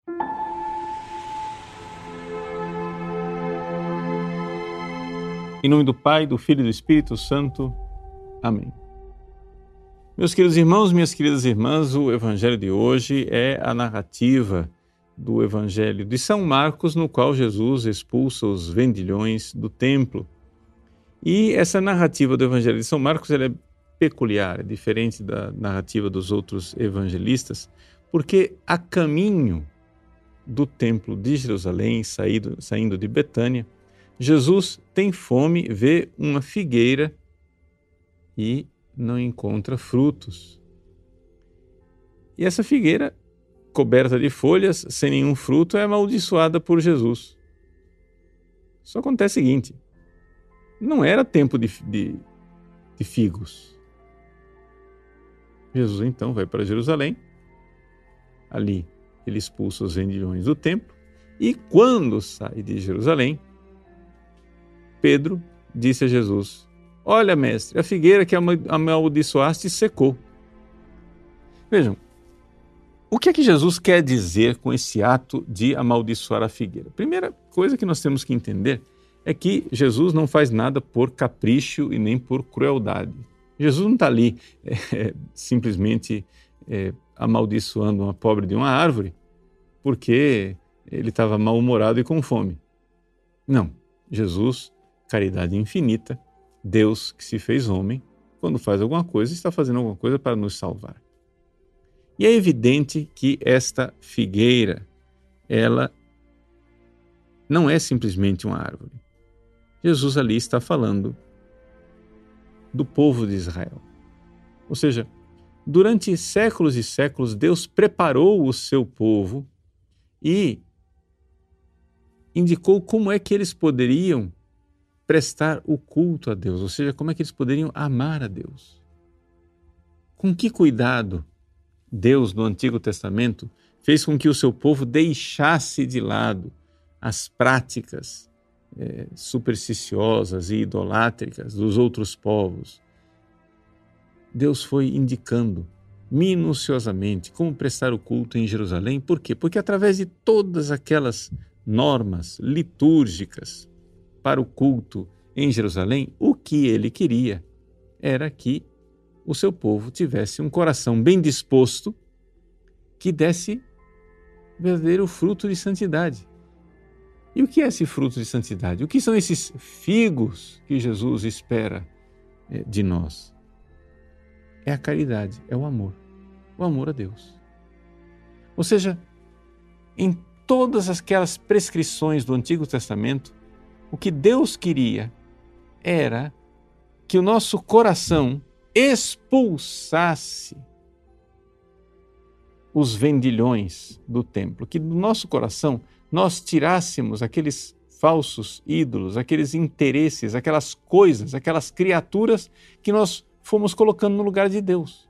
Em nome do Pai, do Filho e do Espírito Santo. Amém. Meus queridos irmãos, minhas queridas irmãs, o Evangelho de hoje é a narrativa do Evangelho de São Marcos, no qual Jesus expulsa os vendilhões do templo. E essa narrativa do Evangelho de São Marcos ela é peculiar, é diferente da narrativa dos outros evangelistas, porque a caminho do templo de Jerusalém, saindo de Betânia, Jesus tem fome, vê uma figueira e não encontra frutos. E essa figueira, coberta de folhas, sem nenhum fruto, é amaldiçoada por Jesus. Só acontece o seguinte: não era tempo de figos. Jesus então vai para Jerusalém, ali ele expulsa os vendilhões do templo, e quando sai de Jerusalém, Pedro disse a Jesus: olha, mestre, a figueira que amaldiçoaste secou. Vejam, o que é que Jesus quer dizer com esse ato de amaldiçoar a figueira? Primeira coisa que nós temos que entender é que Jesus não faz nada por capricho e nem por crueldade. Jesus não está ali simplesmente amaldiçoando uma pobre de uma árvore porque ele estava mal-humorado e com fome. Não, Jesus, caridade infinita, Deus que se fez homem, quando faz alguma coisa, está fazendo alguma coisa para nos salvar. E é evidente que esta figueira, ela não é simplesmente uma árvore. Jesus ali está falando do povo de Israel. Ou seja, durante séculos e séculos, Deus preparou o seu povo e indicou como é que eles poderiam prestar o culto a Deus, ou seja, como é que eles poderiam amar a Deus. Com que cuidado Deus, no Antigo Testamento, fez com que o seu povo deixasse de lado as práticas supersticiosas e idolátricas dos outros povos. Deus foi indicando minuciosamente como prestar o culto em Jerusalém. Por quê? Porque através de todas aquelas normas litúrgicas para o culto em Jerusalém, o que ele queria era que o seu povo tivesse um coração bem disposto que desse verdadeiro fruto de santidade. E o que é esse fruto de santidade? O que são esses figos que Jesus espera de nós? É a caridade, é o amor a Deus. Ou seja, em todas aquelas prescrições do Antigo Testamento, o que Deus queria era que o nosso coração expulsasse os vendilhões do templo, que do nosso coração nós tirássemos aqueles falsos ídolos, aqueles interesses, aquelas coisas, aquelas criaturas que nós fomos colocando no lugar de Deus.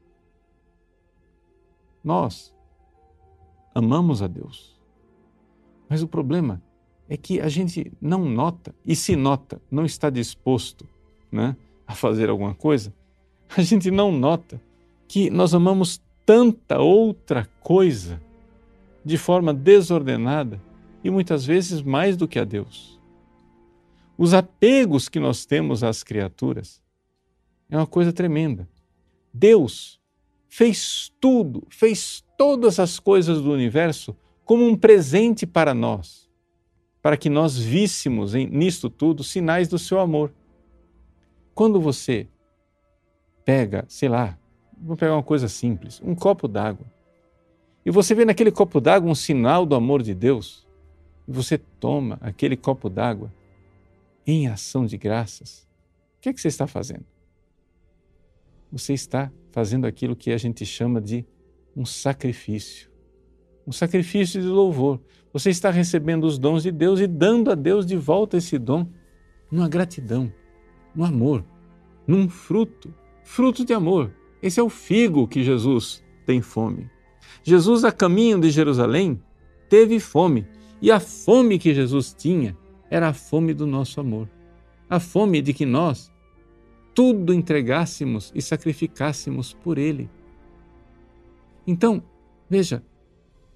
Nós amamos a Deus, mas o problema é que a gente não nota, e se nota, não está disposto, a fazer alguma coisa, a gente não nota que nós amamos tanta outra coisa de forma desordenada e muitas vezes mais do que a Deus. Os apegos que nós temos às criaturas é uma coisa tremenda. Deus fez tudo, fez todas as coisas do universo como um presente para nós, para que nós víssemos nisto tudo sinais do seu amor. Quando você pega, vou pegar uma coisa simples, um copo d'água, e você vê naquele copo d'água um sinal do amor de Deus, e você toma aquele copo d'água em ação de graças, o que é que você está fazendo? Você está fazendo aquilo que a gente chama de um sacrifício de louvor. Você está recebendo os dons de Deus e dando a Deus de volta esse dom numa gratidão, no amor, num fruto de amor. Esse é o figo que Jesus tem fome. Jesus, a caminho de Jerusalém, teve fome. E a fome que Jesus tinha era a fome do nosso amor. A fome de que nós tudo entregássemos e sacrificássemos por Ele. Então, veja,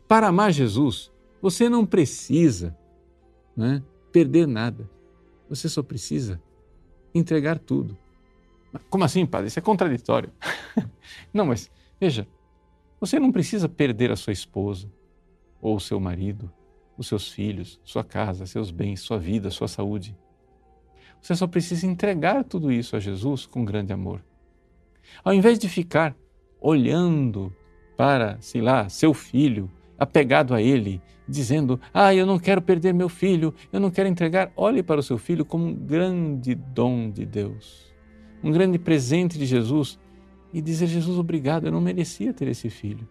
Para amar Jesus, você não precisa, né, perder nada. Você só precisa entregar tudo. Como assim, padre? Isso é contraditório. Não, mas veja, você não precisa perder a sua esposa, ou o seu marido, os seus filhos, sua casa, seus bens, sua vida, sua saúde. Você só precisa entregar tudo isso a Jesus com grande amor. Ao invés de ficar olhando para, sei lá, seu filho, apegado a ele, dizendo, eu não quero perder meu filho, eu não quero entregar, olhe para o seu filho como um grande dom de Deus, um grande presente de Jesus e dizer, Jesus, obrigado, eu não merecia ter esse filho.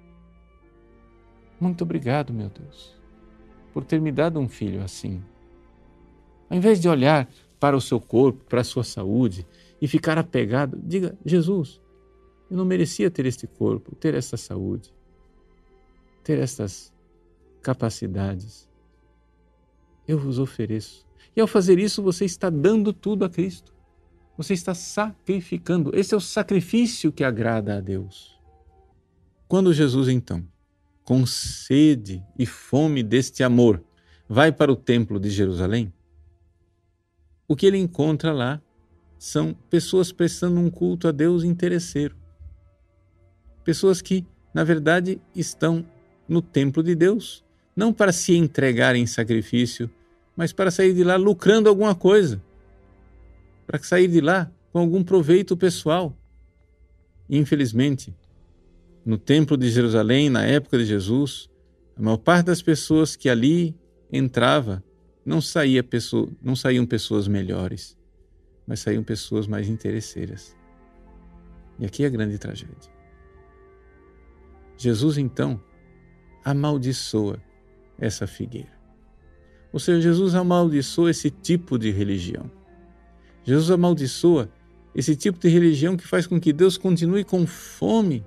Muito obrigado, meu Deus, por ter me dado um filho assim. Ao invés de olhar para o seu corpo, para a sua saúde e ficar apegado, diga, Jesus, eu não merecia ter este corpo, ter esta saúde, ter estas capacidades. Eu vos ofereço. E ao fazer isso, você está dando tudo a Cristo. Você está sacrificando. Esse é o sacrifício que agrada a Deus. Quando Jesus, então, com sede e fome deste amor, vai para o templo de Jerusalém, o que ele encontra lá são pessoas prestando um culto a Deus interesseiro. Pessoas que, na verdade, estão no templo de Deus, não para se entregar em sacrifício, mas para sair de lá lucrando alguma coisa, para sair de lá com algum proveito pessoal. E, infelizmente, no templo de Jerusalém, na época de Jesus, a maior parte das pessoas que ali entrava não saíam pessoas melhores, mas saíam pessoas mais interesseiras. E aqui é a grande tragédia. Jesus, então, amaldiçoa essa figueira. Ou seja, Jesus amaldiçoa esse tipo de religião. Jesus amaldiçoa esse tipo de religião que faz com que Deus continue com fome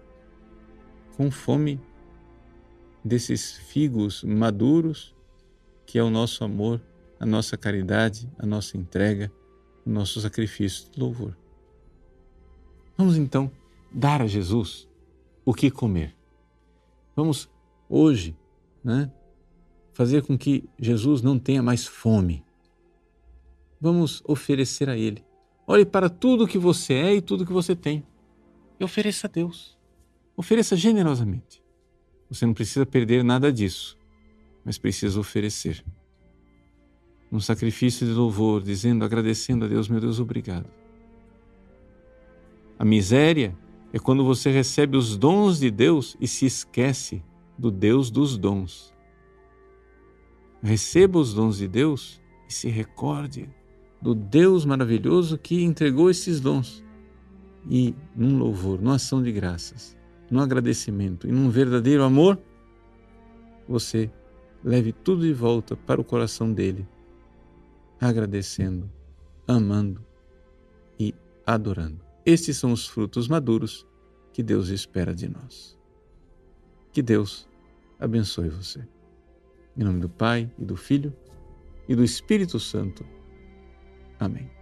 desses figos maduros, que é o nosso amor, a nossa caridade, a nossa entrega, o nosso sacrifício de louvor. Vamos então dar a Jesus o que comer. Vamos hoje, fazer com que Jesus não tenha mais fome. Vamos oferecer a Ele. Olhe para tudo que você é e tudo que você tem e ofereça a Deus. Ofereça generosamente. Você não precisa perder nada disso, mas precisa oferecer. Um sacrifício de louvor, dizendo, agradecendo a Deus, meu Deus, obrigado. A miséria é quando você recebe os dons de Deus e se esquece do Deus dos dons. Receba os dons de Deus e se recorde do Deus maravilhoso que entregou esses dons. E num louvor, numa ação de graças, num agradecimento e num verdadeiro amor, você leve tudo de volta para o coração dele, agradecendo, amando e adorando. Estes são os frutos maduros que Deus espera de nós. Que Deus abençoe você. Em nome do Pai, e do Filho, e do Espírito Santo. Amém.